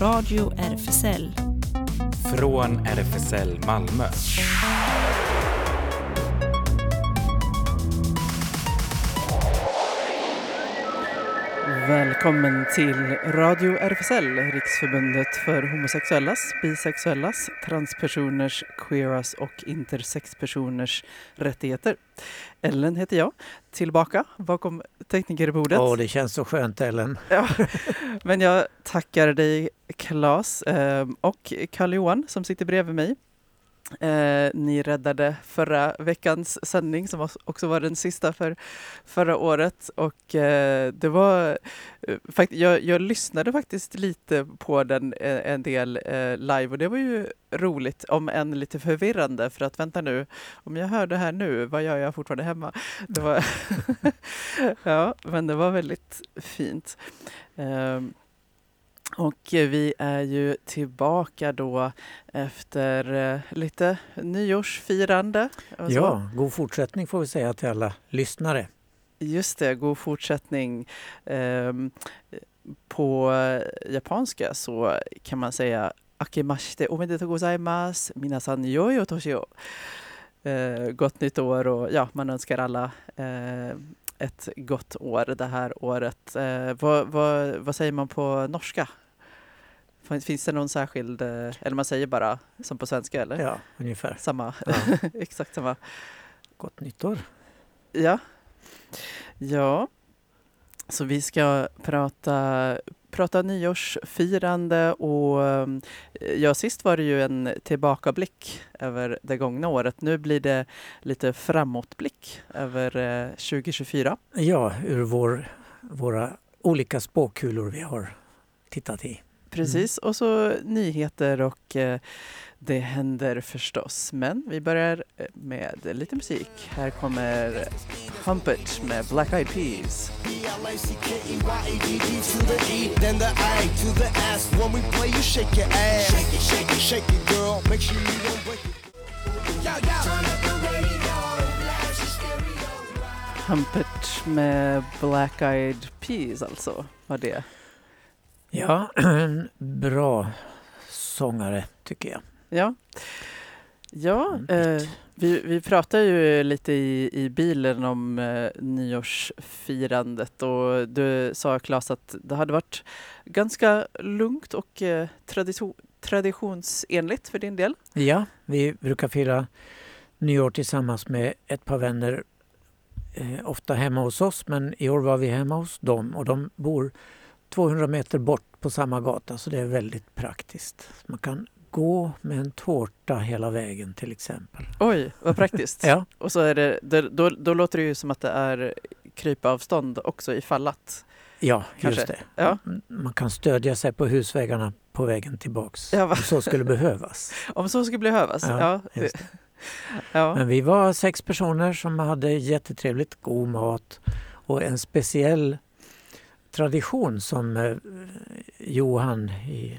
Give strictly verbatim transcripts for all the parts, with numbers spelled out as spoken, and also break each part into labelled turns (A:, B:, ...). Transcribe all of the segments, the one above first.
A: Radio R F S L.
B: Från R F S L Malmö.
C: Välkommen till Radio R F S L, Riksförbundet för homosexuellas, bisexuellas, transpersoners, queeras och intersexpersoners rättigheter. Ellen heter jag, tillbaka bakom teknikerbordet.
D: Åh, det känns så skönt, Ellen.
C: Ja, men jag tackar dig, Claes, eh, och Karl-Johan som sitter bredvid mig. Eh, ni räddade förra veckans sändning som också var den sista för förra året, och eh, det var eh, fakt- jag, jag lyssnade faktiskt lite på den eh, en del eh, live, och det var ju roligt, om än lite förvirrande, för att vänta nu, om jag hör det här nu, vad gör jag fortfarande hemma? Det var ja, men det var väldigt fint. Eh, Och vi är ju tillbaka då efter eh, lite nyårsfirande. Och så.
D: Ja, god fortsättning får vi säga till alla lyssnare.
C: Just det, god fortsättning. Ehm, på japanska så kan man säga Akemashite omedetou gozaimasu, minasan yoi o toshi o. Eh, gott nytt år, och ja, man önskar alla eh, ett gott år det här året. Eh, vad, vad, vad säger man på norska? Finns det någon särskild, eller man säger bara som på svenska, eller?
D: Ja, ungefär.
C: Samma,
D: Ja.
C: exakt samma.
D: Gott nytt år.
C: Ja. Ja. Så vi ska prata, prata nyårsfirande, och ja, sist var det ju en tillbakablick över det gångna året. Nu blir det lite framåtblick över tjugo tjugofyra.
D: Ja, ur vår, våra olika spåkulor vi har tittat i.
C: Precis, och så nyheter, och eh, det händer förstås. Men vi börjar med lite musik. Här kommer Pump It med Black Eyed Peas. Pump It med Black Eyed Peas, alltså, var det.
D: Ja, en bra sångare tycker jag.
C: Ja, ja eh, vi, vi pratar ju lite i, i bilen om eh, nyårsfirandet, och du sa, Claes, att det hade varit ganska lugnt och eh, tradition, traditionsenligt för din del.
D: Ja, vi brukar fira nyår tillsammans med ett par vänner, eh, ofta hemma hos oss, men i år var vi hemma hos dem, och de bor tvåhundra meter bort på samma gata, så det är väldigt praktiskt. Man kan gå med en tårta hela vägen till exempel.
C: Oj, vad praktiskt.
D: Ja.
C: Och så är det, det då, då låter det ju som att det är krypavstånd också ifall att.
D: Ja,
C: kanske.
D: Just det.
C: Ja.
D: Man kan stödja sig på husvägarna på vägen tillbaks.
C: Ja,
D: om så skulle behövas.
C: Om så skulle behövas, ja.
D: Ja, just det.
C: Ja.
D: Men vi var sex personer som hade jättetrevligt, god mat och en speciell tradition som eh, Johan i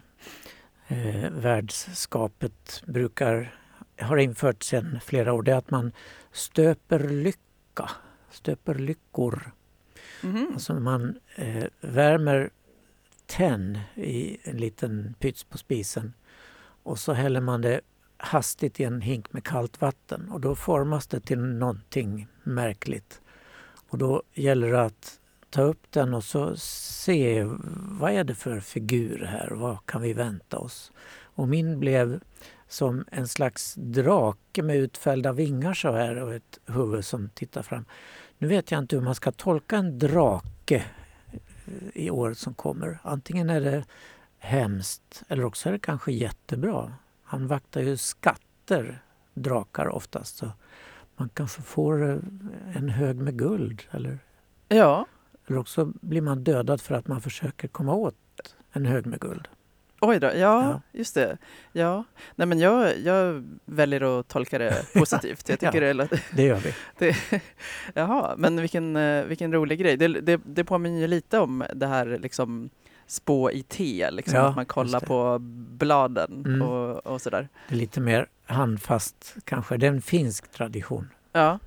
D: eh, värdskapet brukar har infört sedan flera år. Det är att man stöper lycka, stöper lyckor.
C: Mm-hmm.
D: Alltså man eh, värmer tenn i en liten pyts på spisen, och så häller man det hastigt i en hink med kallt vatten, och då formas det till någonting märkligt. Och då gäller det att ta upp den och så se vad är det för figur här, vad kan vi vänta oss. Och min blev som en slags drake med utfällda vingar så här, och ett huvud som tittar fram. Nu vet jag inte hur man ska tolka en drake i år som kommer. Antingen är det hemskt eller också är det kanske jättebra. Han vaktar ju skatter, drakar oftast, så man kanske får en hög med guld, eller
C: Ja.
D: Eller också blir man dödad för att man försöker komma åt en hög med guld.
C: Oj då, ja,
D: Ja.
C: just det. Ja. Nej, men jag, jag väljer att tolka det positivt. Jag tycker
D: Ja,
C: det, är,
D: det gör vi.
C: det Jaha, men vilken, vilken rolig grej. Det, det, det påminner ju lite om det här liksom spå i te, liksom,
D: Ja,
C: att man kollar
D: just det.
C: på bladen
D: Mm.
C: och, och sådär.
D: Det är lite mer handfast kanske. Det är en finsk tradition.
C: Ja,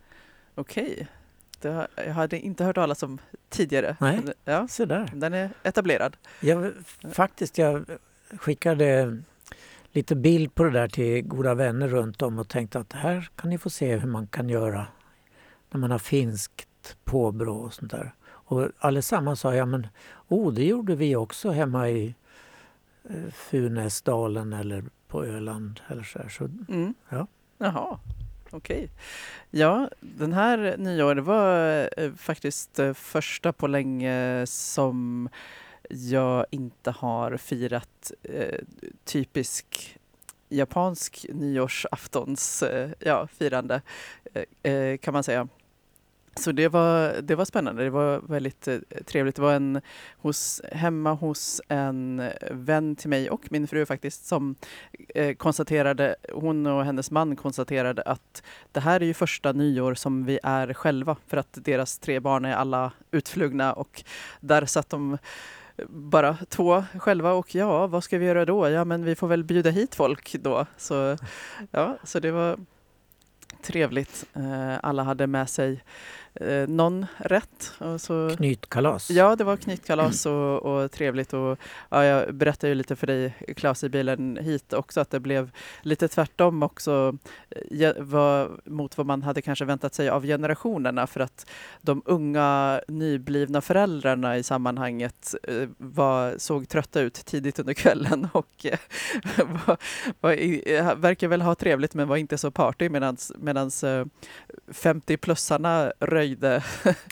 C: okej. Det har, jag hade inte hört talas om tidigare.
D: Nej.
C: Men, ja,
D: Så där.
C: den är etablerad.
D: Jag, faktiskt, jag skickade lite bild på det där till goda vänner runt om och tänkte att här kan ni få se hur man kan göra när man har finskt påbrå och sånt där. Och allesammans sa jag, men oh, det gjorde vi också hemma i eh, Funäsdalen eller på Öland eller så här. Så,
C: Mm.
D: ja.
C: Jaha, okej. Ja, den här nyåret var eh, faktiskt eh, första på länge som jag inte har firat eh, typisk japansk nyårsaftons eh, ja, firande eh, eh, kan man säga. Så det var, det var spännande, det var väldigt eh, trevligt. Det var en hos, hemma hos en vän till mig och min fru faktiskt som eh, konstaterade, hon och hennes man konstaterade att det här är ju första nyår som vi är själva för att deras tre barn är alla utflugna och där satt de bara två själva och ja, vad ska vi göra då? Ja, men vi får väl bjuda hit folk då. Så, ja, så det var trevligt. Eh, alla hade med sig eh, någon rätt. Och så,
D: Knytkalas.
C: ja, det var knytkalas och, och trevligt. Och, ja, jag berättade ju lite för dig, Claes, i bilen hit också att det blev lite tvärtom också eh, vad, mot vad man hade kanske väntat sig av generationerna för att de unga nyblivna föräldrarna i sammanhanget eh, var, såg trötta ut tidigt under kvällen och eh, var, var, eh, verkar väl ha trevligt men var inte så party medans, medans eh, femtio-plussarna röjde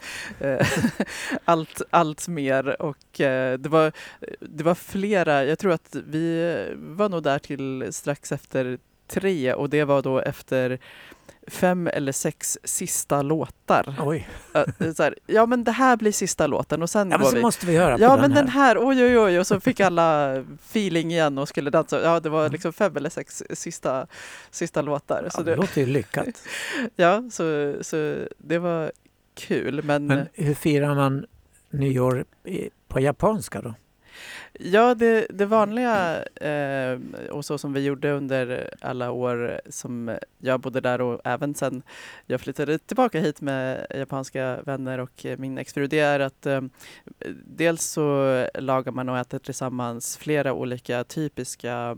C: allt, allt mer och eh, det, var, det var flera, jag tror att vi var nog där till strax efter tre och det var då efter fem eller sex sista låtar.
D: Oj.
C: Så här, ja men det här blir sista låten och sen
D: Ja,
C: går
D: men så
C: vi.
D: måste vi höra på
C: Ja
D: den
C: men
D: här.
C: den här, oj oj oj och så fick alla feeling igen och skulle dansa. Ja det var liksom fem eller sex sista, sista låtar.
D: Ja,
C: Så
D: det
C: det,
D: låter ju lyckat.
C: ja så, så det var kul men,
D: Men hur firar man nyår i- på japanska då?
C: ja, det, det vanliga eh, och så som vi gjorde under alla år som jag bodde där och även sen jag flyttade tillbaka hit med japanska vänner och min exfru, det är att eh, dels så lagar man och äter tillsammans flera olika typiska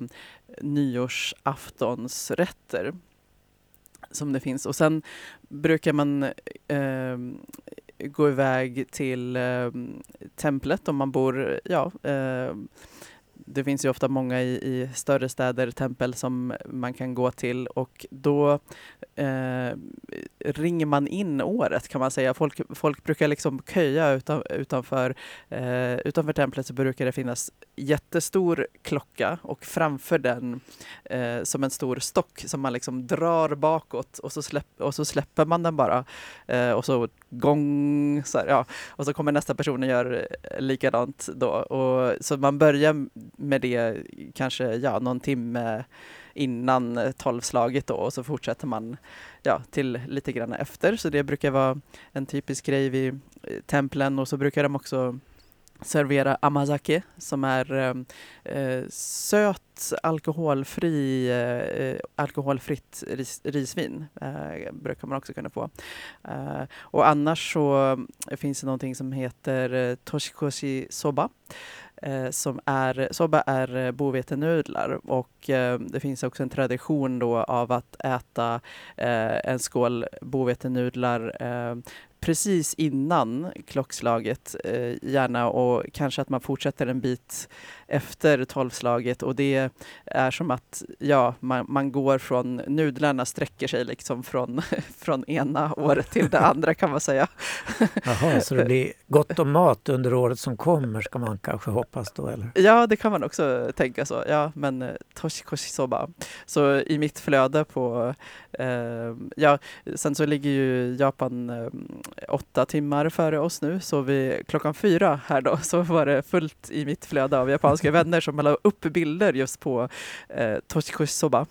C: nyårsaftonsrätter som det finns och sen brukar man eh, gå iväg till eh, templet om man bor, ja, eh, det finns ju ofta många i, i större städer tempel som man kan gå till och då eh, ringer man in året kan man säga. Folk, folk brukar liksom köja utan, utanför, eh, utanför templet så brukar det finnas jättestor klocka och framför den eh, som en stor stock som man liksom drar bakåt och så, släpp, och så släpper man den bara eh, och så gång så här, ja, och så kommer nästa person och gör likadant då och så man börjar med det kanske ja, någon timme innan tolvslaget då och så fortsätter man ja, till lite grann efter så det brukar vara en typisk grej vid templen och så brukar de också servera amazake som är eh, söt alkoholfri eh, alkoholfritt ris, risvin eh, brukar man också kunna få. Eh, och annars så finns det någonting som heter eh, toshikoshi soba. Eh, som är, soba är bovetenudlar och eh, det finns också en tradition då av att äta eh, en skål bovetenudlar eh, precis innan klockslaget eh, gärna och kanske att man fortsätter en bit efter tolvslaget och det är som att ja, man, man går från nudlarna sträcker sig liksom från, från ena året till det andra kan man säga.
D: Jaha, så det blir gott om mat under året som kommer ska man kanske hoppas då eller?
C: Ja, det kan man också tänka så. Ja, men eh, toshikoshi soba. Så i mitt flöde på eh, ja, sen så ligger ju Japan eh, åtta timmar före oss nu så vi klockan fyra här då så var det fullt i mitt flöde av japanska vänner som la upp bilder just på eh, toshikoshi soba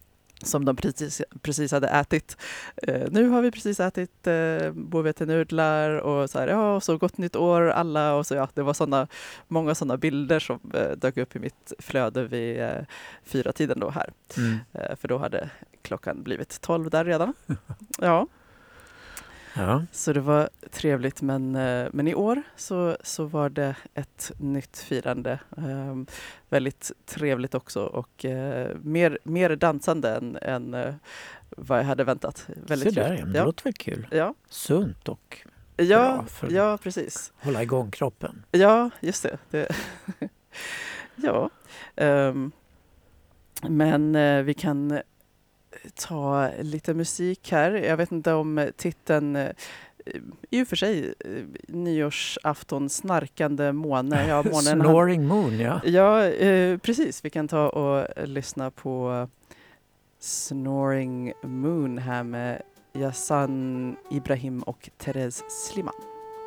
C: som de precis, precis hade ätit. Eh, nu har vi precis ätit eh, bovetenudlar och så här, ja, och så gott nytt år alla och så ja, det var såna, många sådana bilder som eh, dök upp i mitt flöde vid eh, fyra tiden då här.
D: Mm.
C: Eh, för då hade klockan blivit tolv där redan. Ja.
D: Ja.
C: Så det var trevligt, men, eh, men i år så, så var det ett nytt firande. Eh, väldigt trevligt också och eh, mer, mer dansande än, än eh, vad jag hade väntat. Väldigt
D: Så där,
C: kul.
D: ja, men det
C: Ja.
D: låter väl kul.
C: Ja,
D: Sunt och
C: ja,
D: bra för
C: ja, precis.
D: att hålla igång kroppen.
C: Ja, just det. det. ja. ehm, men eh, vi kan ta lite musik här. Jag vet inte om titeln, eh, i och för sig, eh, nyårsafton, snarkande måne. Ja, månen han-
D: Snoring Moon, ja.
C: Ja, eh, precis. Vi kan ta och lyssna på Snoring Moon här med Yassan Ibrahim och Therese Sliman.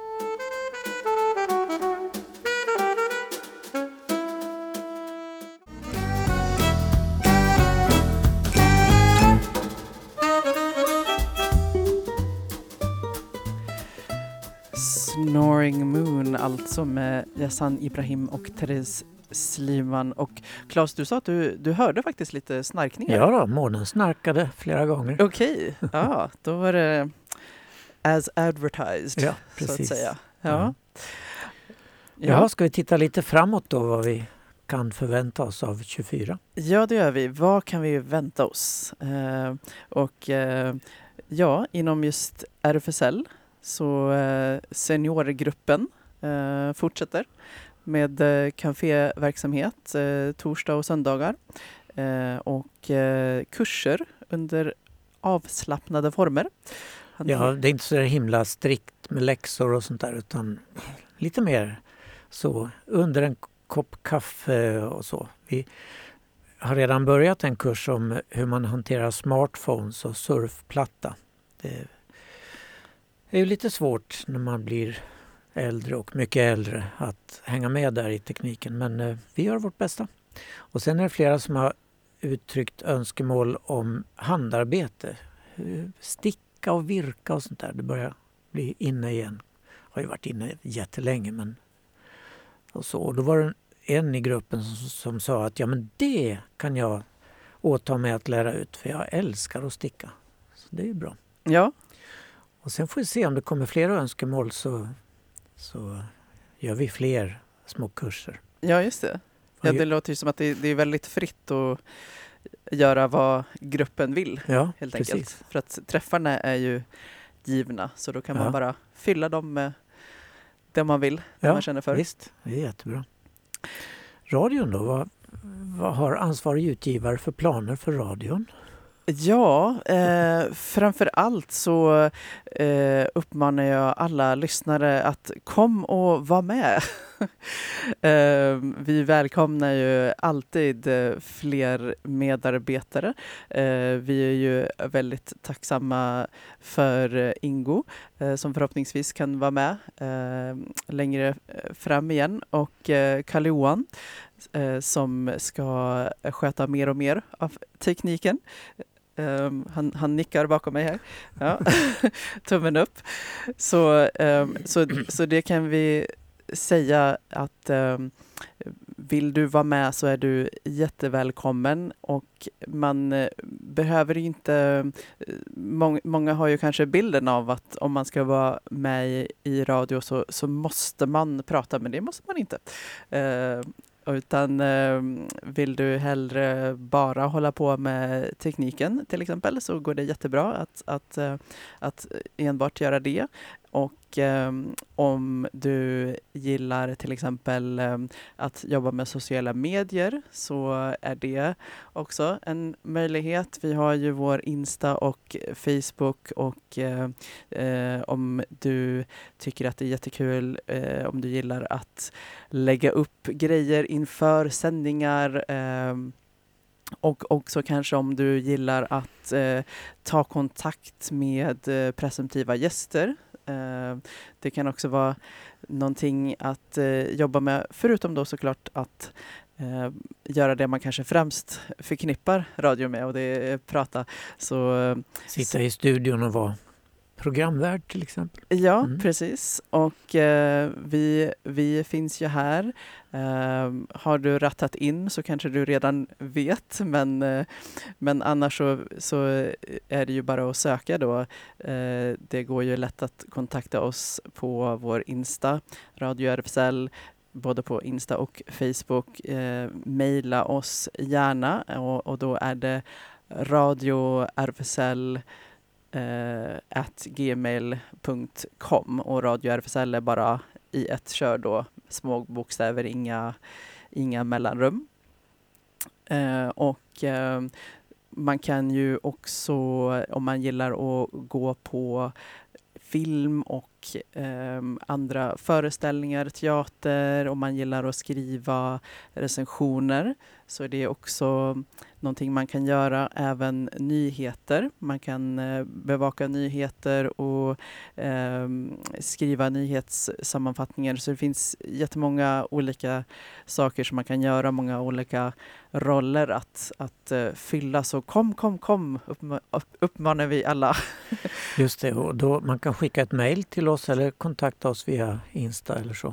C: Snoring Moon, alltså med Yassan Ibrahim och Therese Sliman. Och Claes, du sa att du, du hörde faktiskt lite snarkningar.
D: Ja då, månen snarkade flera gånger.
C: Okej, ja, då var det as advertised,
D: Ja,
C: så att
D: precis.
C: säga. Ja.
D: Ja.
C: Ja.
D: Ja, ska vi titta lite framåt då vad vi kan förvänta oss av tjugofyra?
C: ja, det gör vi. Vad kan vi vänta oss? Eh, och eh, ja, inom just R F S L så eh, seniorgruppen eh, fortsätter med eh, kaféverksamhet eh, torsdag och söndagar eh, och eh, kurser under avslappnade former. Han-
D: Ja, det är inte så där himla strikt med läxor och sånt där utan lite mer så under en kopp kaffe och så. Vi har redan börjat en kurs om hur man hanterar smartphones och surfplatta. Det är ju lite svårt när man blir äldre och mycket äldre att hänga med där i tekniken, men eh, vi gör vårt bästa. Och sen är det flera som har uttryckt önskemål om handarbete. Eh, Sticka och virka och sånt där. Det börjar bli inne igen. Har ju varit inne jättelänge, men och så. Och då var det en i gruppen som, som sa att ja, men det kan jag åta mig att lära ut, för jag älskar att sticka. Så det är ju bra.
C: Ja,
D: Och sen får vi se om det kommer fler önskemål, så, så gör vi fler små kurser.
C: ja, just det. Ja, det låter ju som att det, det är väldigt fritt att göra vad gruppen vill,
D: Ja,
C: helt
D: precis.
C: enkelt. För att träffarna är ju givna, så då kan
D: Ja.
C: man bara fylla dem med det man vill, det
D: Ja,
C: man känner för.
D: visst. Det är jättebra. Radion då? Vad, vad har ansvarig utgivare för planer för radion?
C: Ja, eh, framför allt så eh, uppmanar jag alla lyssnare att kom och var med. eh, vi välkomnar ju alltid eh, fler medarbetare. Eh, vi är ju väldigt tacksamma för eh, Ingo eh, som förhoppningsvis kan vara med eh, längre fram igen, och eh, Karl-Johan eh, som ska sköta mer och mer av tekniken. Um, han, han nickar bakom mig här. Ja. Tummen upp. Så, um, så, så det kan vi säga att um, vill du vara med så är du jättevälkommen, och man uh, behöver inte... Uh, mång, många har ju kanske bilden av att om man ska vara med i, i radio så, så måste man prata, men det måste man inte. Uh, Utan eh, vill du hellre bara hålla på med tekniken till exempel, så går det jättebra att, att, eh, att enbart göra det. Och eh, om du gillar till exempel eh, att jobba med sociala medier, så är det också en möjlighet. Vi har ju vår Insta och Facebook, och eh, eh, om du tycker att det är jättekul, eh, om du gillar att lägga upp grejer inför sändningar, eh, och också kanske om du gillar att eh, ta kontakt med eh, presumtiva gäster. Eh, det kan också vara någonting att eh, jobba med, förutom då såklart att eh, göra det man kanske främst förknippar radio med, och det är prata. Så,
D: Sitta i studion och vara programvärd till exempel.
C: Ja,
D: Mm.
C: precis. Och eh, vi, vi finns ju här. Eh, har du rattat in så kanske du redan vet, men, eh, men annars så, så är det ju bara att söka då. Eh, det går ju lätt att kontakta oss på vår Insta, Radio R F S L, både på Insta och Facebook. Eh, maila oss gärna och, och då är det radio r f s l Uh, at gmail punkt com och Radio R F S L är bara i ett kör då, små bokstäver, inga, inga mellanrum. Uh, och uh, man kan ju också, om man gillar att gå på film och eh, andra föreställningar, teater, om man gillar att skriva recensioner, så är det också någonting man kan göra. Även nyheter. Man kan eh, bevaka nyheter och eh, skriva nyhetssammanfattningar. Så det finns jättemånga olika saker som man kan göra, många olika roller att, att uh, fylla. Så kom, kom, kom, uppma- uppmanar vi alla.
D: Just det, och då man kan skicka ett mejl till oss eller kontakta oss via Insta eller så.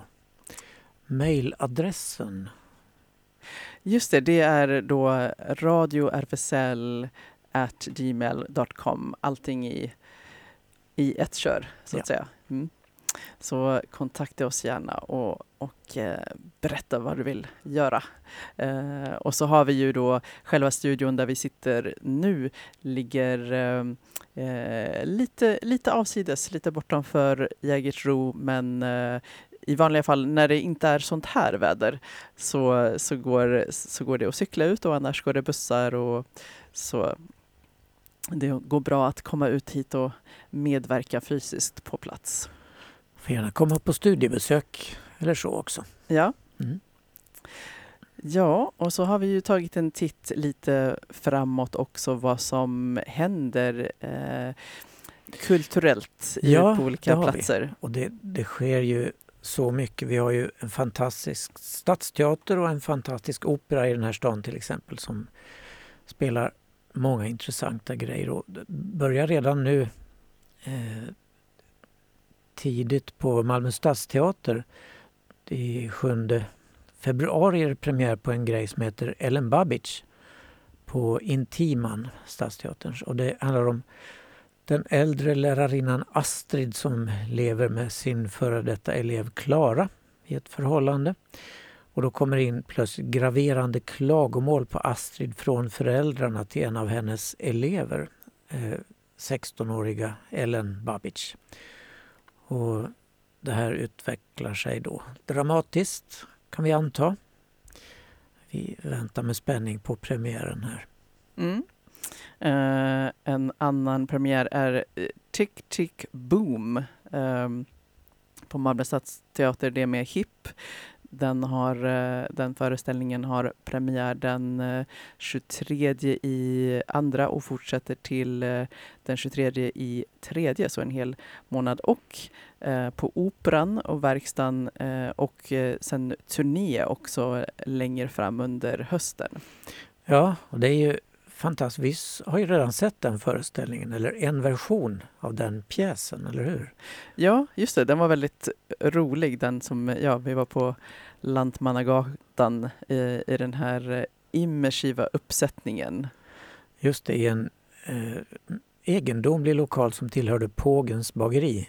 D: Mejladressen.
C: Just det, det är då radio r f s l at gmail dot com. Allting i, i ett kör, så att
D: Ja.
C: säga. Mm. Så kontakta oss gärna och, och eh, berätta vad du vill göra. Eh, och så har vi ju då själva studion där vi sitter nu, ligger eh, lite, lite avsides, lite bortanför Jägersro, men eh, i vanliga fall när det inte är sånt här väder så, så, går, så går det att cykla ut, och annars går det bussar, och så det går bra att komma ut hit och medverka fysiskt på plats.
D: Får gärna komma på studiebesök eller så också.
C: Ja.
D: Mm.
C: Ja, och så har vi ju tagit en titt lite framåt också, vad som händer eh, kulturellt i,
D: Ja,
C: på
D: det
C: olika
D: har vi.
C: platser.
D: Och det, det sker ju så mycket. Vi har ju en fantastisk stadsteater och en fantastisk opera i den här stan till exempel, som spelar många intressanta grejer. Och det börjar redan nu eh, tidigt på Malmö stadsteater. Det är sjunde februari är det premiär på en grej som heter Ellen Babbage på Intiman, stadsteaterns. Och det handlar om den äldre lärarinnan Astrid som lever med sin före detta elev Klara i ett förhållande. Och då kommer in plötsligt graverande klagomål på Astrid från föräldrarna till en av hennes elever, eh, sextonåriga Ellen Babbage. Och det här utvecklar sig då dramatiskt, kan vi anta. Vi väntar med spänning på premiären här.
C: Mm. Uh, en annan premiär är uh, Tick Tick Boom um, på Malmö stadsteater. Det är med Hipp. Den, har, uh, den föreställningen har premiär den uh, tjugotredje i andra och fortsätter till uh, den tjugotredje i tredje, så en hel månad. Och uh, på Operan och Verkstan uh, och uh, sen turné också längre fram under hösten.
D: Ja, och det är ju fantastiskt. Vi har ju redan sett den föreställningen, eller en version av den pjäsen, eller hur?
C: Ja, just det. Den var väldigt rolig. Den som, ja, vi var på Lantmannagatan i, i den här immersiva uppsättningen.
D: Just det, i en eh, egendomlig lokal som tillhörde Pågens bageri.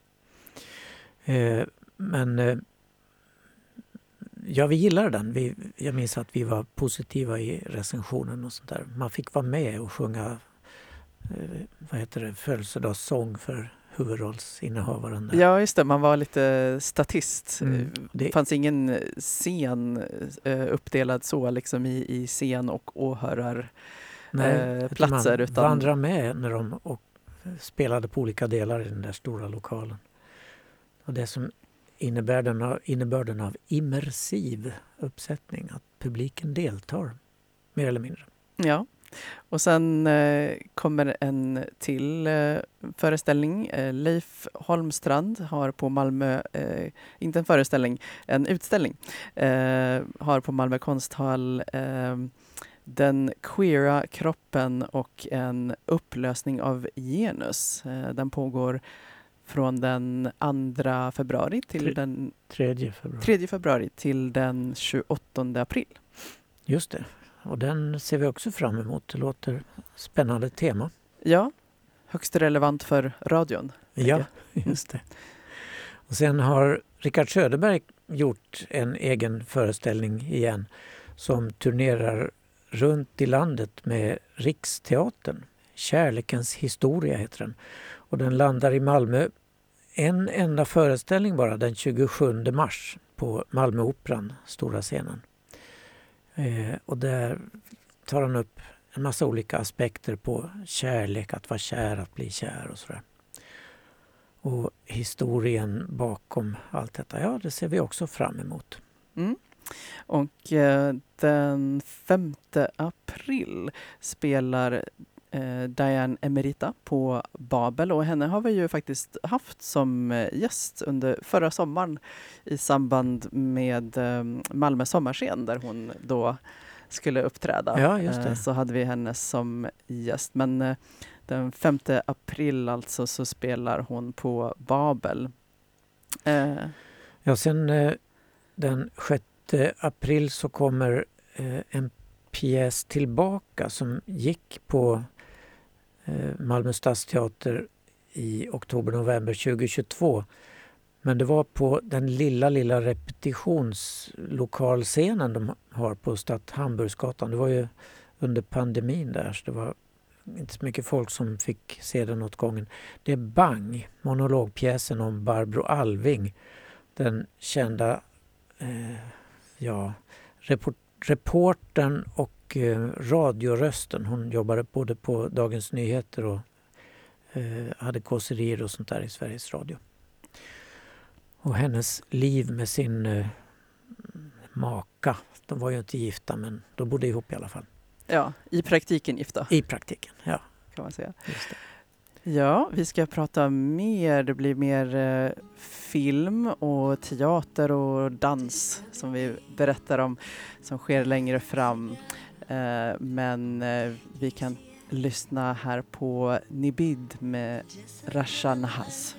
D: Eh, men eh, ja, vi gillar den. Vi, jag minns att vi var positiva i recensionen och sånt där. Man fick vara med och sjunga eh, vad heter det, födelsedagssång för huvudrollsinnehavaren där.
C: Ja, just det. Man var lite statist.
D: Mm,
C: det
D: det-
C: fanns ingen scen eh, uppdelad så liksom i, i scen och åhörar. eh,
D: utan
C: platser,
D: man
C: utan-
D: vandrar med när de och spelade på olika delar i den där stora lokalen. Och det som innebär den av, innebörden av immersiv uppsättning, att publiken deltar mer eller mindre.
C: Ja, och sen eh, kommer en till eh, föreställning. Eh, Leif Holmstrand har på Malmö, eh, inte en föreställning, en utställning, eh, har på Malmö konsthall eh, Den queera kroppen och en upplösning av genus. Eh, den pågår från den andra februari till
D: Tre-
C: den
D: Tredje februari.
C: tredje februari till den tjugoåttonde april.
D: Just det. Och den ser vi också fram emot. Det låter spännande tema.
C: Ja, högst relevant för radion.
D: Ja, just det. Och sen har Rickard Söderberg gjort en egen föreställning igen som turnerar runt i landet med Riksteatern. Kärlekens historia heter den. Och den landar i Malmö en enda föreställning bara den tjugosjunde mars på Malmöoperan, stora scenen. Eh, och där tar han upp en massa olika aspekter på kärlek, att vara kär, att bli kär och sådär. Och historien bakom allt detta, ja det ser vi också fram emot.
C: Mm. Och eh, den femte april spelar eh, Diane Emerita på Babel och henne har vi ju faktiskt haft som eh, gäst under förra sommaren i samband med eh, Malmö sommarscen där hon då skulle uppträda.
D: Ja, just det.
C: Eh, så hade vi henne som gäst. Men eh, den femte april alltså så spelar hon på Babel. Eh,
D: Ja, sen eh, den sjätte april så kommer eh, en pjäs tillbaka som gick på eh, Malmö stadsteater i oktober-november tjugohundratjugotvå. Men det var på den lilla, lilla repetitionslokalscenen de har på Stadt Hamburgsgatan. Det var ju under pandemin där, så det var inte så mycket folk som fick se den åt gången. Det är Bang, monologpjäsen om Barbro Alving. Den kända eh, ja, report, reportern och eh, radiorösten. Hon jobbade både på Dagens Nyheter och eh, hade kåserier och sånt där i Sveriges Radio. Och hennes liv med sin eh, maka, de var ju inte gifta men de bodde ihop i alla fall.
C: ja, i praktiken gifta
D: I praktiken, ja.
C: kan man säga.
D: Just det.
C: Ja, vi ska prata mer. Det blir mer eh, film och teater och dans som vi berättar om som sker längre fram. Eh, men eh, vi kan lyssna här på Nibid med Rasha Nahas.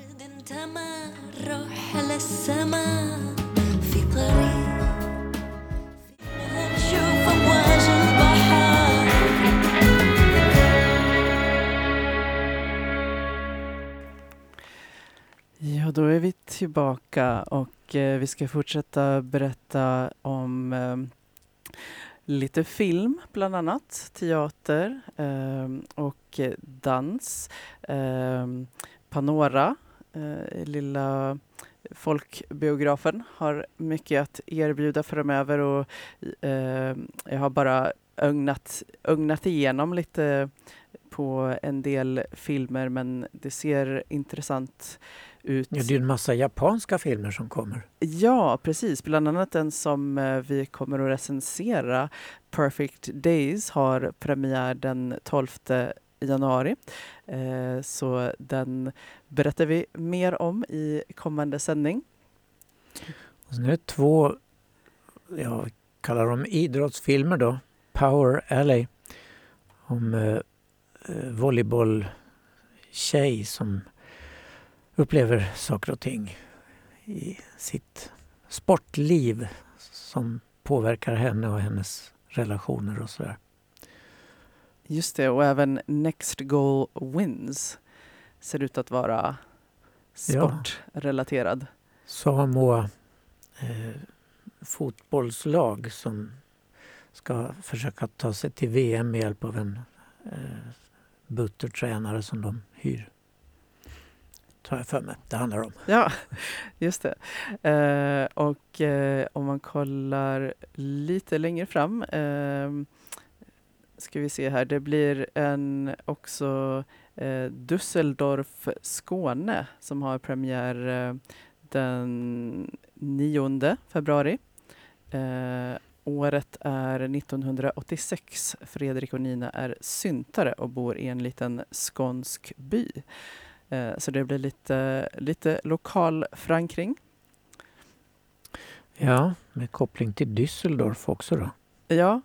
C: Ja, då är vi tillbaka och eh, vi ska fortsätta berätta om eh, lite film, bland annat teater eh, och dans. Eh, Panora, eh, lilla folkbiografen, har mycket att erbjuda framöver och eh, jag har bara ögnat, ögnat igenom lite på en del filmer, men det ser intressant ut.
D: Ja, det är en massa japanska filmer som kommer.
C: Ja, precis. Bland annat den som eh, vi kommer att recensera, Perfect Days, har premiär den tolfte januari. Eh, så den berättar vi mer om i kommande sändning.
D: Och sen är det två, jag kallar dem idrottsfilmer då, Power Alley, om eh, volleybolltjej som upplever saker och ting i sitt sportliv som påverkar henne och hennes relationer och sådär.
C: Just det, och även Next Goal Wins ser ut att vara sportrelaterad.
D: Samoa eh, fotbollslag som ska försöka ta sig till V M med hjälp av en eh, buttertränare som de hyr. Tar jag för mig. Det handlar om.
C: Ja, just det. Eh, och eh, om man kollar lite längre fram eh, ska vi se här. Det blir en också eh, Düsseldorf Skåne som har premiär eh, den nionde februari. Eh, året är nittonhundraåttiosex. Fredrik och Nina är syntare och bor i en liten skånsk by. Eh, så det blir lite, lite lokal förankring.
D: Ja, med koppling till Düsseldorf också då.
C: Ja,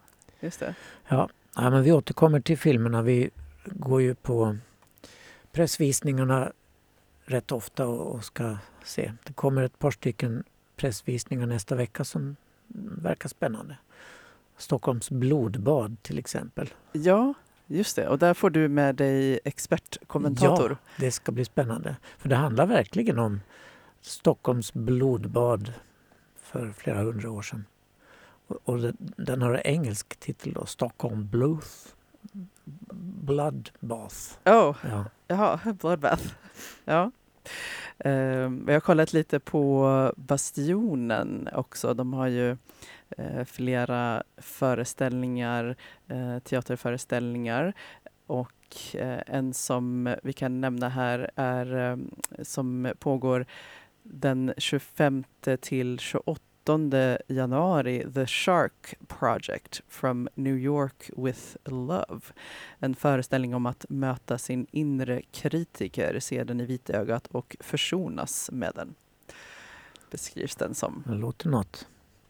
C: just det.
D: Ja, ja, men vi återkommer till filmerna. Vi går ju på pressvisningarna rätt ofta och, och ska se. Det kommer ett par stycken pressvisningar nästa vecka som verkar spännande. Stockholms blodbad till exempel.
C: Ja, just det. Och där får du med dig expertkommentator.
D: Ja, det ska bli spännande. För det handlar verkligen om Stockholms blodbad för flera hundra år sedan. Och, och det, den har en engelsk titel då, Stockholm Blues Bloodbath.
C: Oh,
D: Ja.
C: jaha, Bloodbath. Ja. Uh, jag har kollat lite på Bastionen också. De har ju uh, flera föreställningar, uh, teaterföreställningar. Och uh, en som vi kan nämna här är um, som pågår den tjugofemte till tjugoåttonde januari, The Shark Project from New York with Love. En föreställning om att möta sin inre kritiker, se den i vitögat och försonas med den. Beskrivs den som.
D: Det låter något.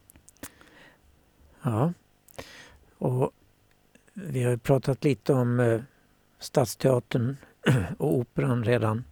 D: Ja. Och vi har ju pratat lite om eh, Stadsteatern och Operan redan.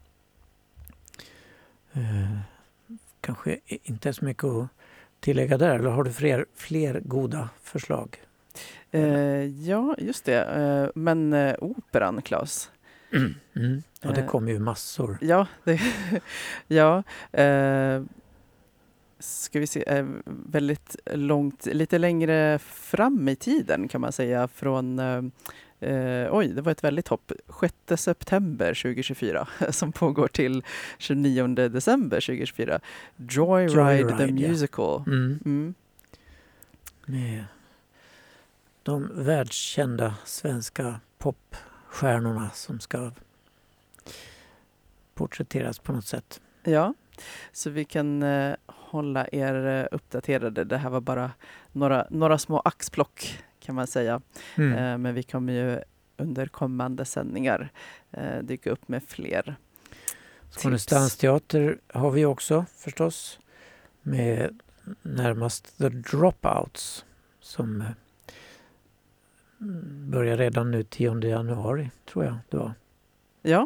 D: Eh, kanske inte så mycket att tillägga där, eller har du fler, fler goda förslag?
C: Eh, ja, just det. Eh, men eh, Operan, Claes.
D: Mm. Mm. Ja, det kommer ju massor.
C: Ja, det, ja. Eh, ska vi se, eh, väldigt långt, lite längre fram i tiden kan man säga, från eh, Eh, oj, det var ett väldigt hopp. sjätte september tjugohundratjugofyra som pågår till tjugonionde december tjugohundratjugofyra. Joyride,
D: Joyride
C: the
D: ja.
C: Musical.
D: Mm.
C: Mm.
D: Med de världskända svenska popstjärnorna som ska porträtteras på något sätt.
C: Ja, så vi kan eh, hålla er eh, uppdaterade. Det här var bara några, några små axplock kan man säga.
D: Mm.
C: Eh, men vi kommer ju under kommande sändningar eh, dyka upp med fler
D: Skånes
C: tips.
D: dansteater har vi också förstås, med närmast The Dropouts som eh, börjar redan nu tionde januari tror jag det var.
C: Ja.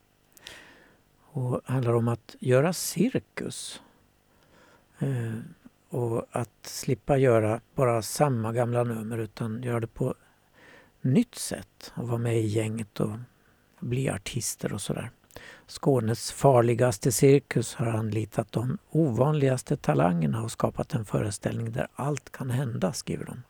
D: Och handlar om att göra cirkus. Eh, och att slippa göra bara samma gamla nummer utan göra det på nytt sätt. Och vara med i gänget och bli artister och sådär. Skånes farligaste cirkus har anlitat de ovanligaste talangerna och skapat en föreställning där allt kan hända, skriver de.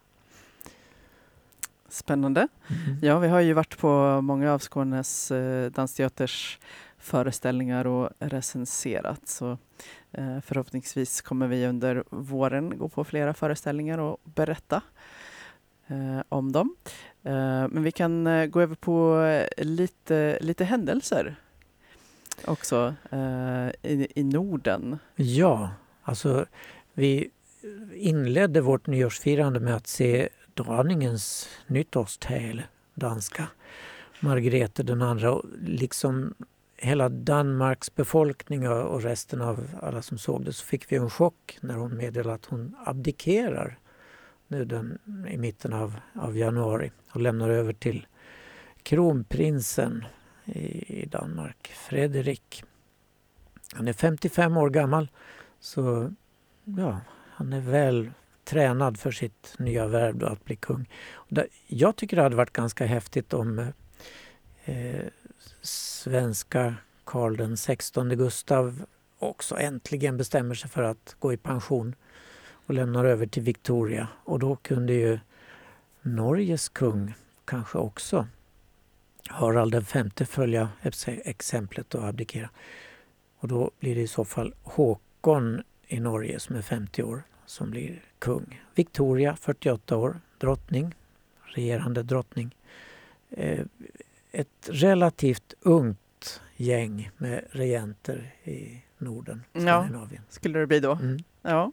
C: Spännande.
D: Mm.
C: Ja, vi har ju varit på många av Skånes eh, dansteaters föreställningar och recenserat. Så eh, förhoppningsvis kommer vi under våren gå på flera föreställningar och berätta eh, om dem. Eh, men vi kan eh, gå över på lite, lite händelser också eh, i, i Norden.
D: Ja, alltså vi inledde vårt nyårsfirande med att se Dronningens nyttårstal, danska, Margrethe den andra, och liksom hela Danmarks befolkning och resten av alla som såg det, så fick vi en chock när hon meddelade att hon abdikerar nu den, i mitten av, av januari och lämnar över till kronprinsen i, i Danmark, Frederik. Han är femtiofem år gammal, så ja, han är väl tränad för sitt nya värv då, att bli kung. Och där, jag tycker det hade varit ganska häftigt om eh, svenska Karl den sextonde Gustav också äntligen bestämmer sig för att gå i pension och lämnar över till Victoria. Och då kunde ju Norges kung kanske också, Harald den femte, följa exemplet och abdikera. Och då blir det i så fall Håkon i Norge som är femtio år som blir kung. Victoria, fyrtioåtta år, drottning, regerande drottning. Eh, ett relativt ungt gäng med regenter i Norden, Skandinavien.
C: Ja, skulle det bli då.
D: Mm.
C: Ja.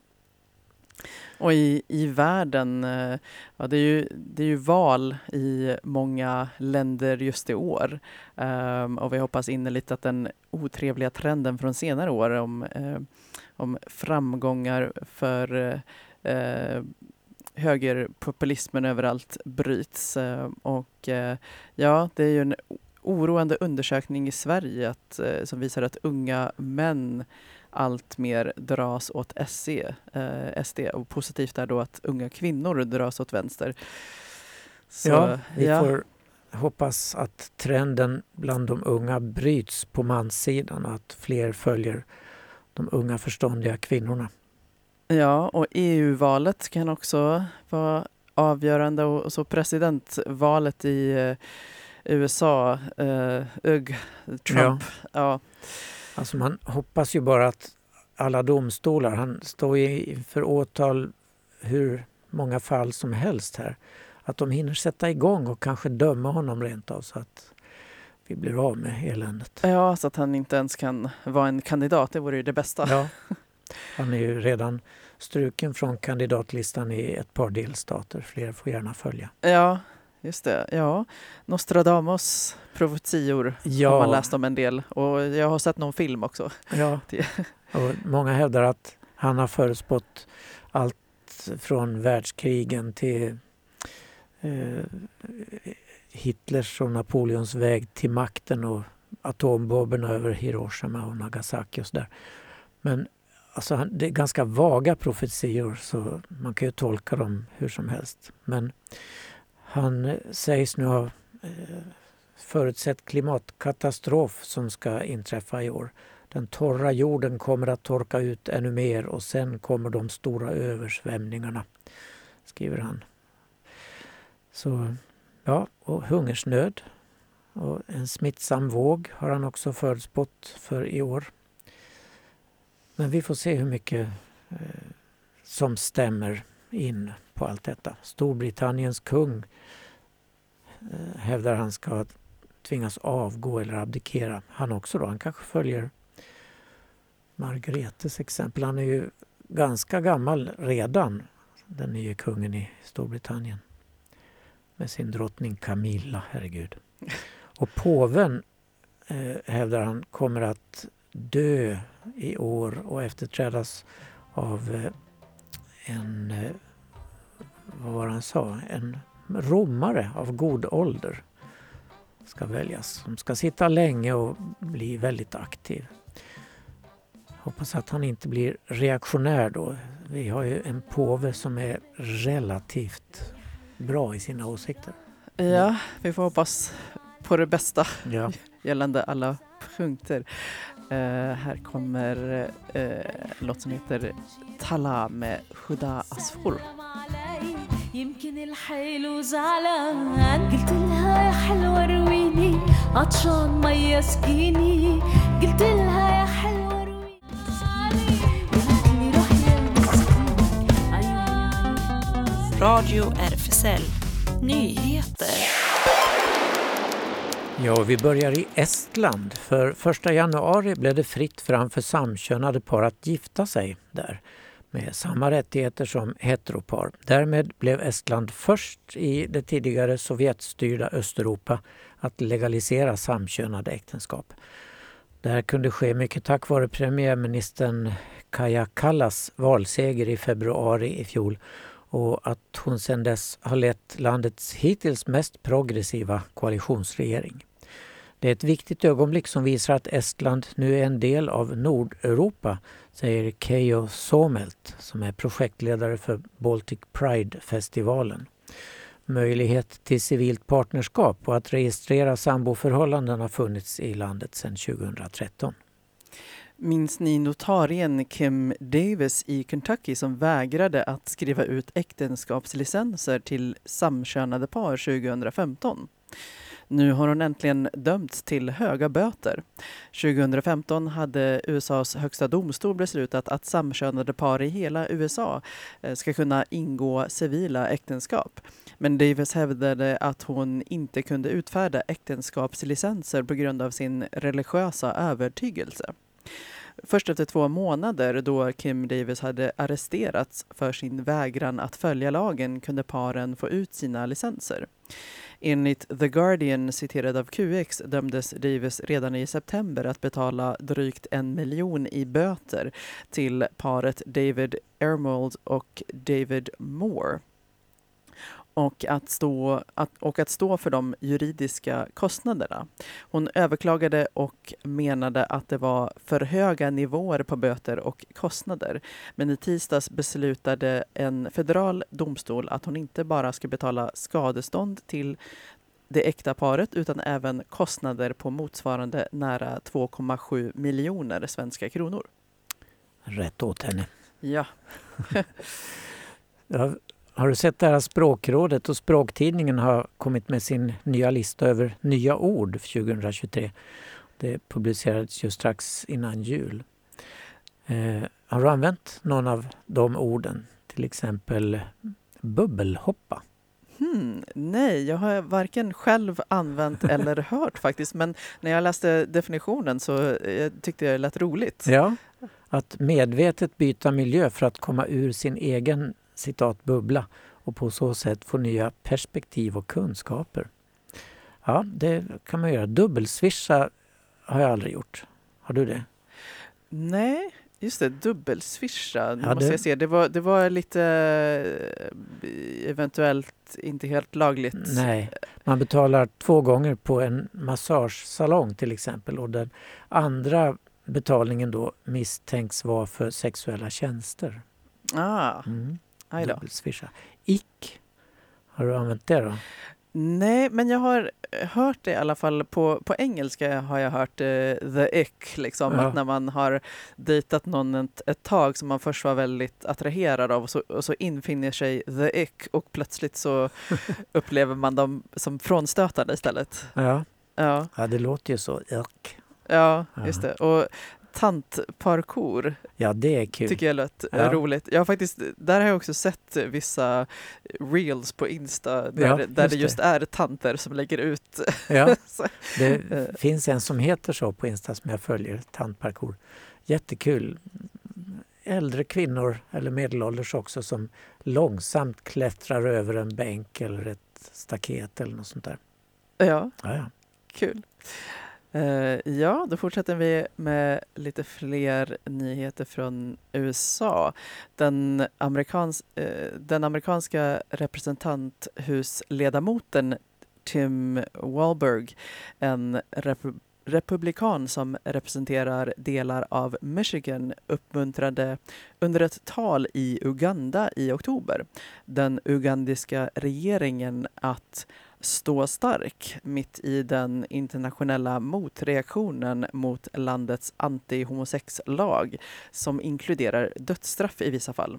C: Och i, i världen, ja, det, är ju, det är ju val i många länder just i år. Um, och vi hoppas innerligt att den otrevliga trenden från senare år om, uh, om framgångar för uh, högerpopulismen överallt bryts. Eh, och eh, ja, det är ju en oroande undersökning i Sverige att, eh, som visar att unga män allt mer dras åt S D, eh, S D. Och positivt är då att unga kvinnor dras åt vänster. Så,
D: ja, vi
C: ja.
D: får hoppas att trenden bland de unga bryts på manssidan och att fler följer de unga förståndiga kvinnorna.
C: Ja, och E U-valet kan också vara avgörande, och så presidentvalet i eh, U S A, eh, U G, Trump. Ja. Ja.
D: Alltså man hoppas ju bara att alla domstolar, han står ju inför åtal hur många fall som helst här, att de hinner sätta igång och kanske döma honom rent av så att vi blir av med eländet.
C: Ja, så att han inte ens kan vara en kandidat, det vore ju det bästa.
D: Ja, han är ju redan struken från kandidatlistan i ett par delstater. Fler får gärna följa.
C: Ja, just det. Ja, Nostradamus profetior
D: ja.
C: har man läst om en del. Och jag har sett någon film också.
D: Ja, och många hävdar att han har förutspått allt från världskrigen till eh, Hitlers och Napoleons väg till makten och atombomberna över Hiroshima och Nagasaki och så där. Men alltså, det är ganska vaga profetior så man kan ju tolka dem hur som helst. Men han sägs nu ha eh, förutsett klimatkatastrof som ska inträffa i år. Den torra jorden kommer att torka ut ännu mer och sen kommer de stora översvämningarna, skriver han. Så ja, och hungersnöd och en smittsam våg har han också förutspått för i år. Men vi får se hur mycket eh, som stämmer in på allt detta. Storbritanniens kung eh, hävdar han ska tvingas avgå eller abdikera. Han också då, han kanske följer Margaretes exempel. Han är ju ganska gammal redan, den nya kungen i Storbritannien. Med sin drottning Camilla, herregud. Och påven eh, hävdar han kommer att dö i år och efterträdas av eh, en, eh, vad var han sa, en romare av god ålder ska väljas. Som ska sitta länge och bli väldigt aktiv. Hoppas att han inte blir reaktionär då. Vi har ju en påve som är relativt bra i sina åsikter.
C: Ja, vi får hoppas på det bästa
D: ja.
C: gällande alla punkter. Uh, här kommer uh, en låt som heter Tala med Huda Asfur.
A: يمكن الحلو زعلان قلت لها يا حلوة رويني عطشان مية سكيني قلت لها يا حلوة رويني
E: Radio R F S L Nyheter.
D: Ja, vi börjar i Estland. För första januari blev det fritt fram för samkönade par att gifta sig där med samma rättigheter som heteropar. Därmed blev Estland först i det tidigare Sovjetstyrda Östeuropa att legalisera samkönade äktenskap. Det här kunde ske mycket tack vare premiärministern Kaja Kallas valseger i februari i fjol och att hon sedan dess har lett landets hittills mest progressiva koalitionsregering. Det är ett viktigt ögonblick som visar att Estland nu är en del av Nordeuropa, säger Keijo Somelt som är projektledare för Baltic Pride-festivalen. Möjlighet till civilt partnerskap och att registrera samboförhållanden har funnits i landet sedan tjugohundratretton.
C: Minns ni notarien Kim Davis i Kentucky som vägrade att skriva ut äktenskapslicenser till samkönade par tjugohundrafemton? Nu har hon äntligen dömts till höga böter. tjugohundrafemton hade U S A:s högsta domstol beslutat att samkönade par i hela U S A ska kunna ingå civila äktenskap. Men Davis hävdade att hon inte kunde utfärda äktenskapslicenser på grund av sin religiösa övertygelse. Först efter två månader då Kim Davis hade arresterats för sin vägran att följa lagen kunde paren få ut sina licenser. Enligt The Guardian, citerad av Q X, dömdes Davis redan i september att betala drygt en miljon i böter till paret David Ermold och David Moore. och att, stå, att, och att stå för de juridiska kostnaderna. Hon överklagade och menade att det var för höga nivåer på böter och kostnader. Men i tisdags beslutade en federal domstol att hon inte bara ska betala skadestånd till det äkta paret utan även kostnader på motsvarande nära två komma sju miljoner svenska kronor.
D: Rätt åt henne.
C: Ja.
D: Ja, har du sett det här språkrådet och Språktidningen har kommit med sin nya lista över nya ord för tjugohundratjugotre. Det publicerades ju strax innan jul. Eh, har du använt någon av de orden? Till exempel bubbelhoppa.
C: Hmm, nej, jag har varken själv använt eller hört faktiskt. Men när jag läste definitionen så jag tyckte jag det lät roligt.
D: Ja, att medvetet byta miljö för att komma ur sin egen citat bubbla och på så sätt få nya perspektiv och kunskaper. Ja, det kan man göra. Dubbelswisha har jag aldrig gjort. Har du det?
C: Nej, just det. Dubbelswisha. Nu
D: Ja,
C: måste
D: det-
C: jag se. Det var, det var lite eh, eventuellt inte helt lagligt.
D: Nej, man betalar två gånger på en massagesalong till exempel och den andra betalningen då misstänks vara för sexuella tjänster.
C: Ah,
D: Mm.
C: aj då.
D: Dubbelswisha. Ick. Har du använt det då?
C: Nej, men jag har hört det i alla fall på, på engelska har jag hört eh, the ick, liksom.
D: Ja.
C: Att när man har dejtat någon ett, ett tag som man först var väldigt attraherad av och så, och så infinner sig the ick och plötsligt så upplever man dem som frånstötande istället.
D: Ja,
C: Ja,
D: ja det låter ju så. Ick.
C: ja
D: Ja.
C: just det. Och tantparkour
D: Ja, det är kul.
C: tycker jag lät eh,
D: Ja.
C: roligt. Jag har faktiskt, där har jag också sett vissa reels på Insta där,
D: Ja,
C: där
D: just
C: det
D: det.
C: just är tanter som lägger ut.
D: Ja,
C: Så,
D: det
C: Eh.
D: finns en som heter så på Insta som jag följer, tantparkour. Jättekul. Äldre kvinnor eller medelålders också som långsamt klättrar över en bänk eller ett staket eller något sånt där.
C: ja.
D: Ja, ja.
C: Kul. Eh, ja, då fortsätter vi med lite fler nyheter från U S A. Den, amerikans, eh, den amerikanska representanthusledamoten Tim Walberg, en rep- republikan som representerar delar av Michigan, uppmuntrade under ett tal i Uganda i oktober den ugandiska regeringen att stå stark mitt i den internationella motreaktionen mot landets anti-homosexlag som inkluderar dödsstraff i vissa fall.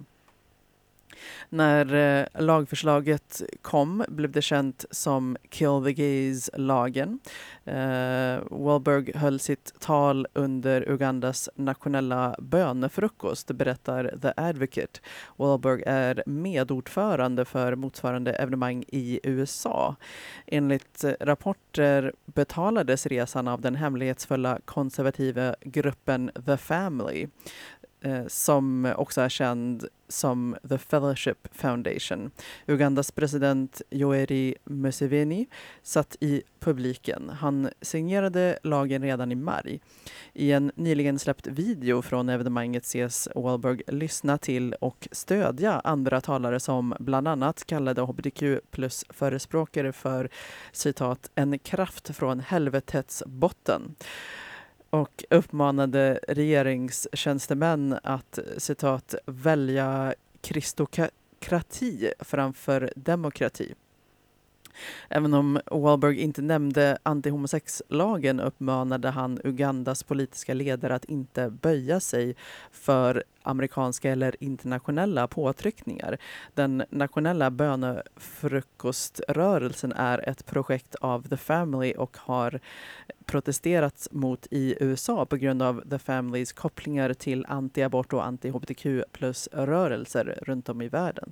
C: När eh, lagförslaget kom blev det känt som Kill the Gays-lagen. Eh, Wahlberg höll sitt tal under Ugandas nationella bönefrukost, berättar The Advocate. Wahlberg är medordförande för motsvarande evenemang i U S A. Enligt eh, rapporter betalades resan av den hemlighetsfulla konservativa gruppen The Family, eh, som också är känd som The Fellowship Foundation. Ugandas president Yoweri Museveni satt i publiken. Han signerade lagen redan i maj. I en nyligen släppt video från evenemanget ses Wahlberg lyssna till och stödja andra talare som bland annat kallade H B T Q plus förespråkare för citat en kraft från helvetets botten och uppmanade regeringstjänstemän att citat välja kristokrati framför demokrati. Även om Wahlberg inte nämnde antihomosexlagen uppmanade han Ugandas politiska ledare att inte böja sig för amerikanska eller internationella påtryckningar. Den nationella bönefrukoströrelsen är ett projekt av The Family och har protesterats mot i U S A på grund av The Familys kopplingar till anti-abort och anti-H B T Q plus-rörelser runt om i världen.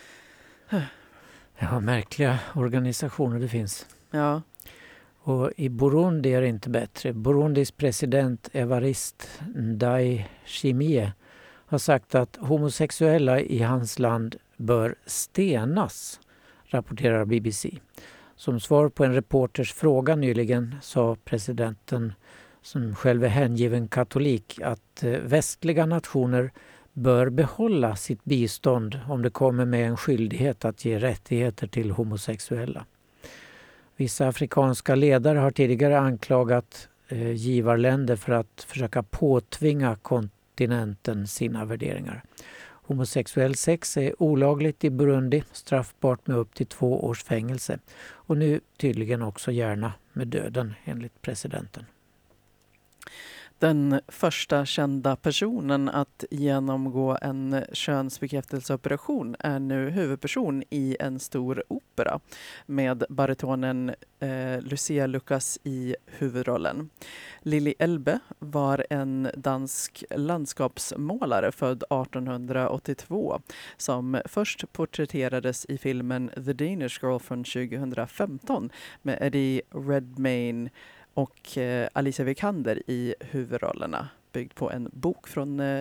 D: Ja, märkliga organisationer det finns.
C: Ja,
D: Och i Burundi är det inte bättre. Burundis president Evariste Ndayishimiye har sagt att homosexuella i hans land bör stenas, rapporterar B B C. Som svar på en reporters fråga nyligen sa presidenten, som själv är hängiven katolik, att västliga nationer bör behålla sitt bistånd om det kommer med en skyldighet att ge rättigheter till homosexuella. Vissa afrikanska ledare har tidigare anklagat eh, givarländer för att försöka påtvinga kontinenten sina värderingar. Homosexuell sex är olagligt i Burundi, straffbart med upp till två års fängelse och nu tydligen också gärna med döden enligt presidenten.
C: Den första kända personen att genomgå en könsbekräftelseoperation är nu huvudperson i en stor opera med baritonen eh, Lucia Lucas i huvudrollen. Lili Elbe var en dansk landskapsmålare född arton åttiotvå som först porträtterades i filmen The Danish Girl från tjugohundrafemton med Eddie Redmayne och eh, Alicia Vikander i huvudrollerna, byggd på en bok från, eh,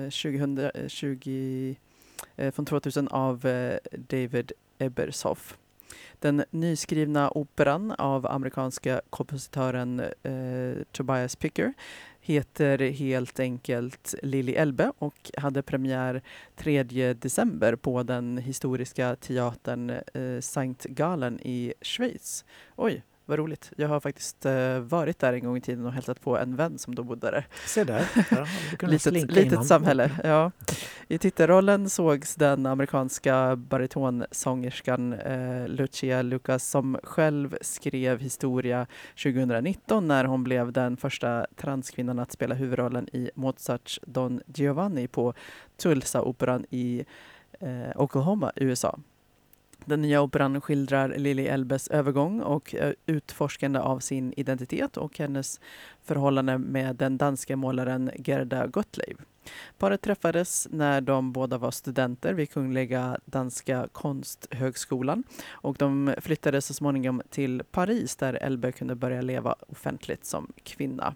C: tjugohundratjugo, eh, från tvåtusen av eh, David Ebershoff. Den nyskrivna operan av amerikanska kompositören eh, Tobias Picker heter helt enkelt Lili Elbe och hade premiär tredje december på den historiska teatern eh, Sankt Gallen i Schweiz. Oj! Vad roligt. Jag har faktiskt uh, varit där en gång i tiden och hälsat på en vän som då bodde där.
D: Se där. Ja,
C: litet litet samhälle. Ja. I titelrollen sågs den amerikanska baritonsångerskan uh, Lucia Lucas som själv skrev historia tjugohundranitton när hon blev den första transkvinnan att spela huvudrollen i Mozarts Don Giovanni på Tulsa-operan i uh, Oklahoma, U S A. Den nya operan skildrar Lili Elbes övergång och utforskande av sin identitet och hennes förhållande med den danska målaren Gerda Gottlieb. Paret träffades när de båda var studenter vid Kungliga Danska Konsthögskolan och de flyttade så småningom till Paris där Elbe kunde börja leva offentligt som kvinna.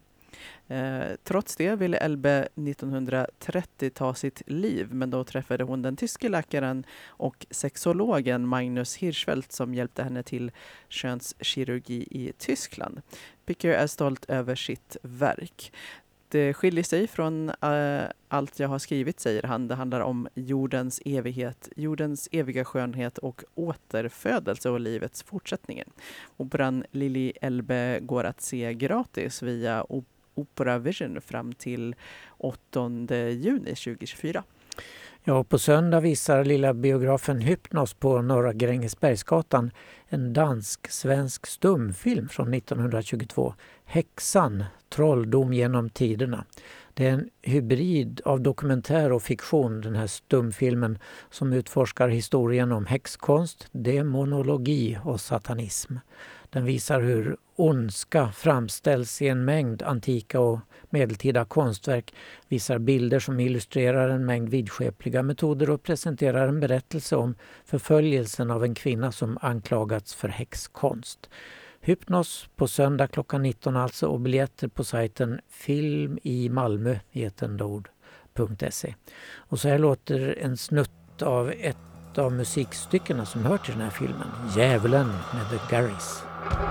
C: Eh, trots det ville Elbe nittonhundratrettio ta sitt liv, men då träffade hon den tyske läkaren och sexologen Magnus Hirschfeldt som hjälpte henne till könskirurgi i Tyskland. Picker är stolt över sitt verk. Det skiljer sig från uh, allt jag har skrivit, säger han. Det handlar om jordens evighet, jordens eviga skönhet och återfödelse och livets fortsättningen. Operan Lili Elbe går att se gratis via op- Opera Vision fram till åttonde juni tjugohundratjugofyra.
D: Ja, och på söndag visar lilla biografen Hypnos på Norra Grängesbergsgatan en dansk-svensk stumfilm från nittonhundratjugotvå. Häxan, trolldom genom tiderna. Det är en hybrid av dokumentär och fiktion, den här stumfilmen, som utforskar historien om häxkonst, demonologi och satanism. Den visar hur ondska framställs i en mängd antika och medeltida konstverk, visar bilder som illustrerar en mängd vidskepliga metoder och presenterar en berättelse om förföljelsen av en kvinna som anklagats för häxkonst. Hypnos på söndag klockan nitton alltså, och biljetter på sajten film i Malmö i ett enda ord punkt se. Och så här låter en snutt av ett av musikstyckena som hör till den här filmen, Djävulen med The Garys.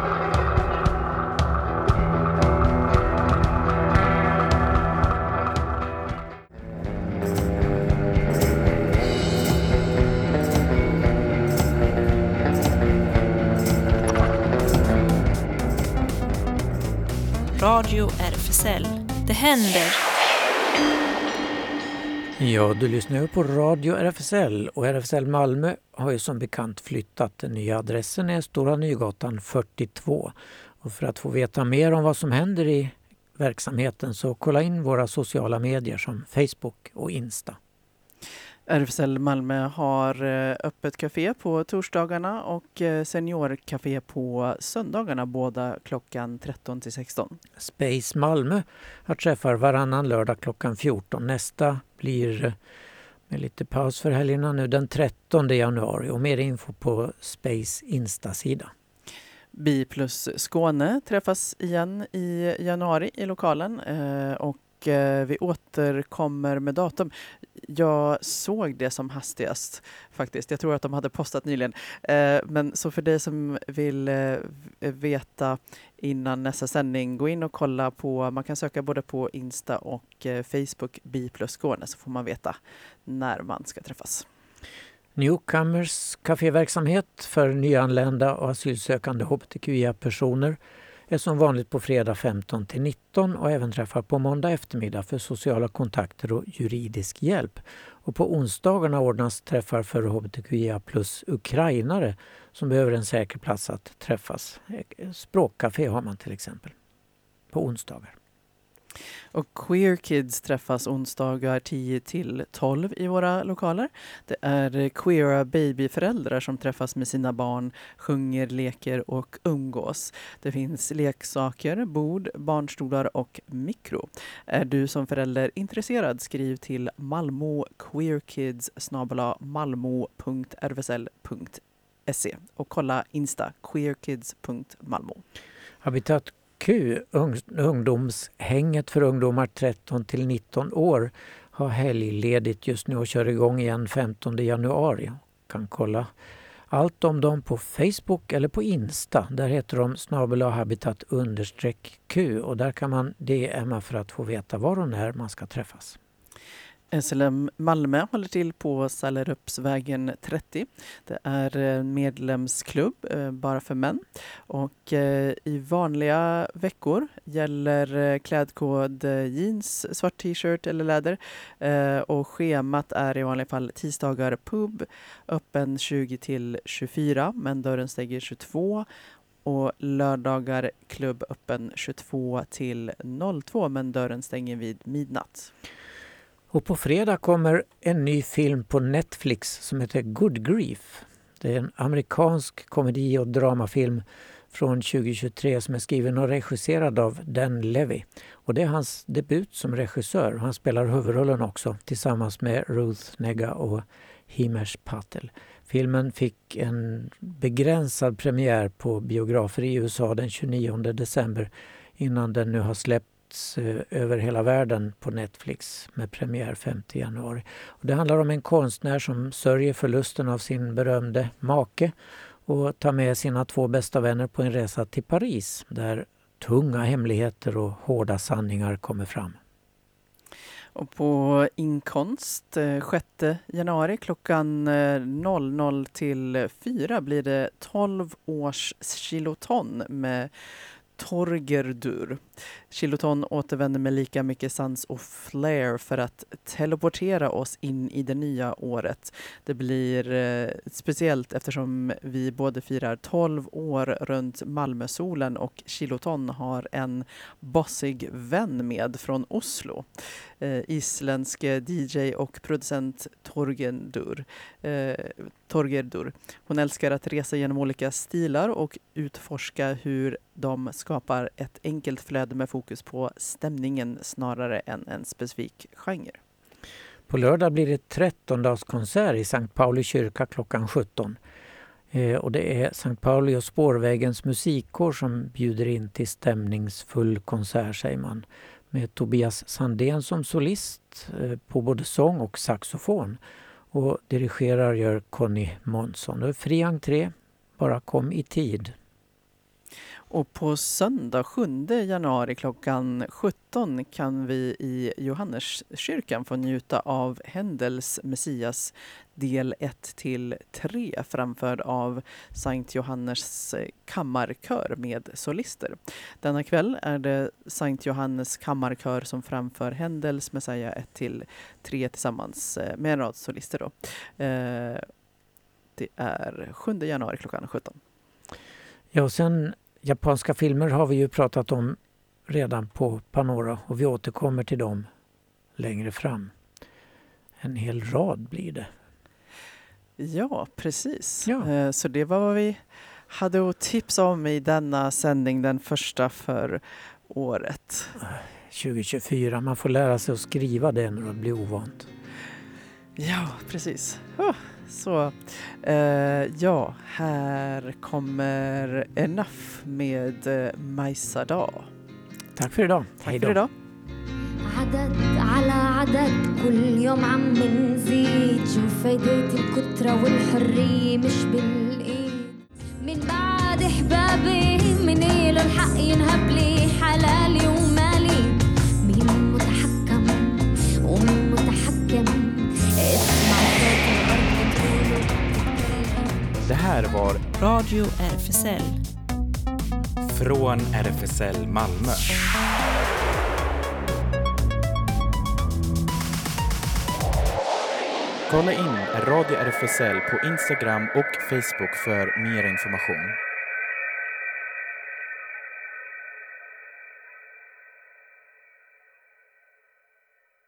E: Radio R F S L. Det händer.
D: Ja, du lyssnar ju på Radio R F S L och R F S L Malmö har ju som bekant flyttat. Den nya adressen är Stora Nygatan fyrtiotvå. Och för att få veta mer om vad som händer i verksamheten så kolla in våra sociala medier som Facebook och Insta.
C: R F S L Malmö har öppet café på torsdagarna och seniorcafé på söndagarna, båda klockan tretton till sexton.
D: Space Malmö har träffar varannan lördag klockan fjorton. Nästa blir, med lite paus för helgerna nu, den trettonde januari, och mer info på Space Insta-sida. Bi
C: plus Skåne träffas igen i januari i lokalen och och eh, vi återkommer med datum. Jag såg det som hastigast faktiskt. Jag tror att de hade postat nyligen. Eh, men så för dig som vill eh, veta innan nästa sändning, gå in och kolla på, man kan söka både på Insta och eh, Facebook Bi plus Skåne, så får man veta när man ska träffas.
D: Newcomers kaféverksamhet för nyanlända och asylsökande hbtqia-personer är som vanligt på fredag femton till nitton och även träffar på måndag eftermiddag för sociala kontakter och juridisk hjälp. Och på onsdagarna ordnas träffar för hbtqia plus ukrainare som behöver en säker plats att träffas. Språkcafé har man till exempel på onsdagar.
C: Och Queer Kids träffas onsdagar tio till tolv i våra lokaler. Det är queera babyföräldrar som träffas med sina barn, sjunger, leker och umgås. Det finns leksaker, bord, barnstolar och mikro. Är du som förälder intresserad, skriv till malmo queerkids snabel-a malmo punkt r v s l punkt se och kolla Insta queerkids punkt malmo.
D: Habitat Q, ungdomshänget för ungdomar tretton till nitton år, har helgledigt just nu och kör igång igen femtonde januari. Kan kolla allt om dem på Facebook eller på Insta. Där heter de snabel-a habitat understreck Q och där kan man D M för att få veta var och när man ska träffas.
C: S L M Malmö håller till på Sallerupsvägen trettio. Det är en medlemsklubb bara för män. Och i vanliga veckor gäller klädkod jeans, svart t-shirt eller läder. Och schemat är i vanliga fall tisdagar pub, öppen tjugo till tjugofyra, men dörren stänger tjugotvå. Och lördagar klubb öppen tjugotvå till noll två, men dörren stänger vid midnatt.
D: Och på fredag kommer en ny film på Netflix som heter Good Grief. Det är en amerikansk komedi- och dramafilm från tjugo tjugotre som är skriven och regisserad av Dan Levy. Och det är hans debut som regissör. Han spelar huvudrollen också tillsammans med Ruth Negga och Himesh Patel. Filmen fick en begränsad premiär på biografer i U S A den tjugonionde december innan den nu har släppt över hela världen på Netflix med premiär femte januari. Och det handlar om en konstnär som sörjer förlusten av sin berömde make och tar med sina två bästa vänner på en resa till Paris där tunga hemligheter och hårda sanningar kommer fram.
C: Och på Inkonst sjätte januari klockan noll noll till fyra blir det tolv års kiloton med Torgerdur. Kiloton återvänder med lika mycket sans och flair för att teleportera oss in i det nya året. Det blir eh, speciellt eftersom vi både firar tolv år runt Malmösolen och Kiloton har en bossig vän med från Oslo. Eh, isländsk D J och producent Torgerdur. Eh, Torgerdur. Hon älskar att resa genom olika stilar och utforska hur de skapar ett enkelt flöde med fokus på stämningen snarare än en specifik genre.
D: På lördag blir det trettondagskonsert i Sankt Pauli kyrka klockan sjutton. Eh, och det är Sankt Pauli och Spårvägens musikkår som bjuder in till stämningsfull konsert, säger man. Med Tobias Sandén som solist eh, på både sång och saxofon. Och dirigerar gör Conny Månsson. Det är fri entré, bara kom i tid.
C: Och på söndag sjunde januari klockan sjutton kan vi i Johanneskyrkan få njuta av Händels Messias del ett till tre framförd av Sankt Johannes kammarkör med solister. Denna kväll är det Sankt Johannes kammarkör som framför Händels Messias ett till tre tillsammans med en rad solister. Då. Det är sjunde januari klockan sjutton.
D: Ja, och sen japanska filmer har vi ju pratat om redan på Panora och vi återkommer till dem längre fram. En hel rad blir det.
C: Ja, precis.
D: Ja.
C: Så det var vad vi hade att tipsa om i denna sändning, den första för året.
D: tjugo tjugofyra, man får lära sig att skriva det när det blir ovant.
C: Ja, precis. Oh, så, eh, ja, här kommer Enough med eh, Majsa dag.
D: Tack för idag.
C: Tack för idag.
A: I
F: عدد على عدد كل يوم عم نزيد شو فايدة الكترة والحرية مش بالإيد من بعد حبابي من إله الحق ينهب لي حلالي ومالي مين متحكم ومين متحكم اسمع صوت الأرض تقوله
B: Det här var
E: Radio R F S L.
B: från R F S L Malmö. Kolla in Radio R F S L på Instagram och Facebook för mer information.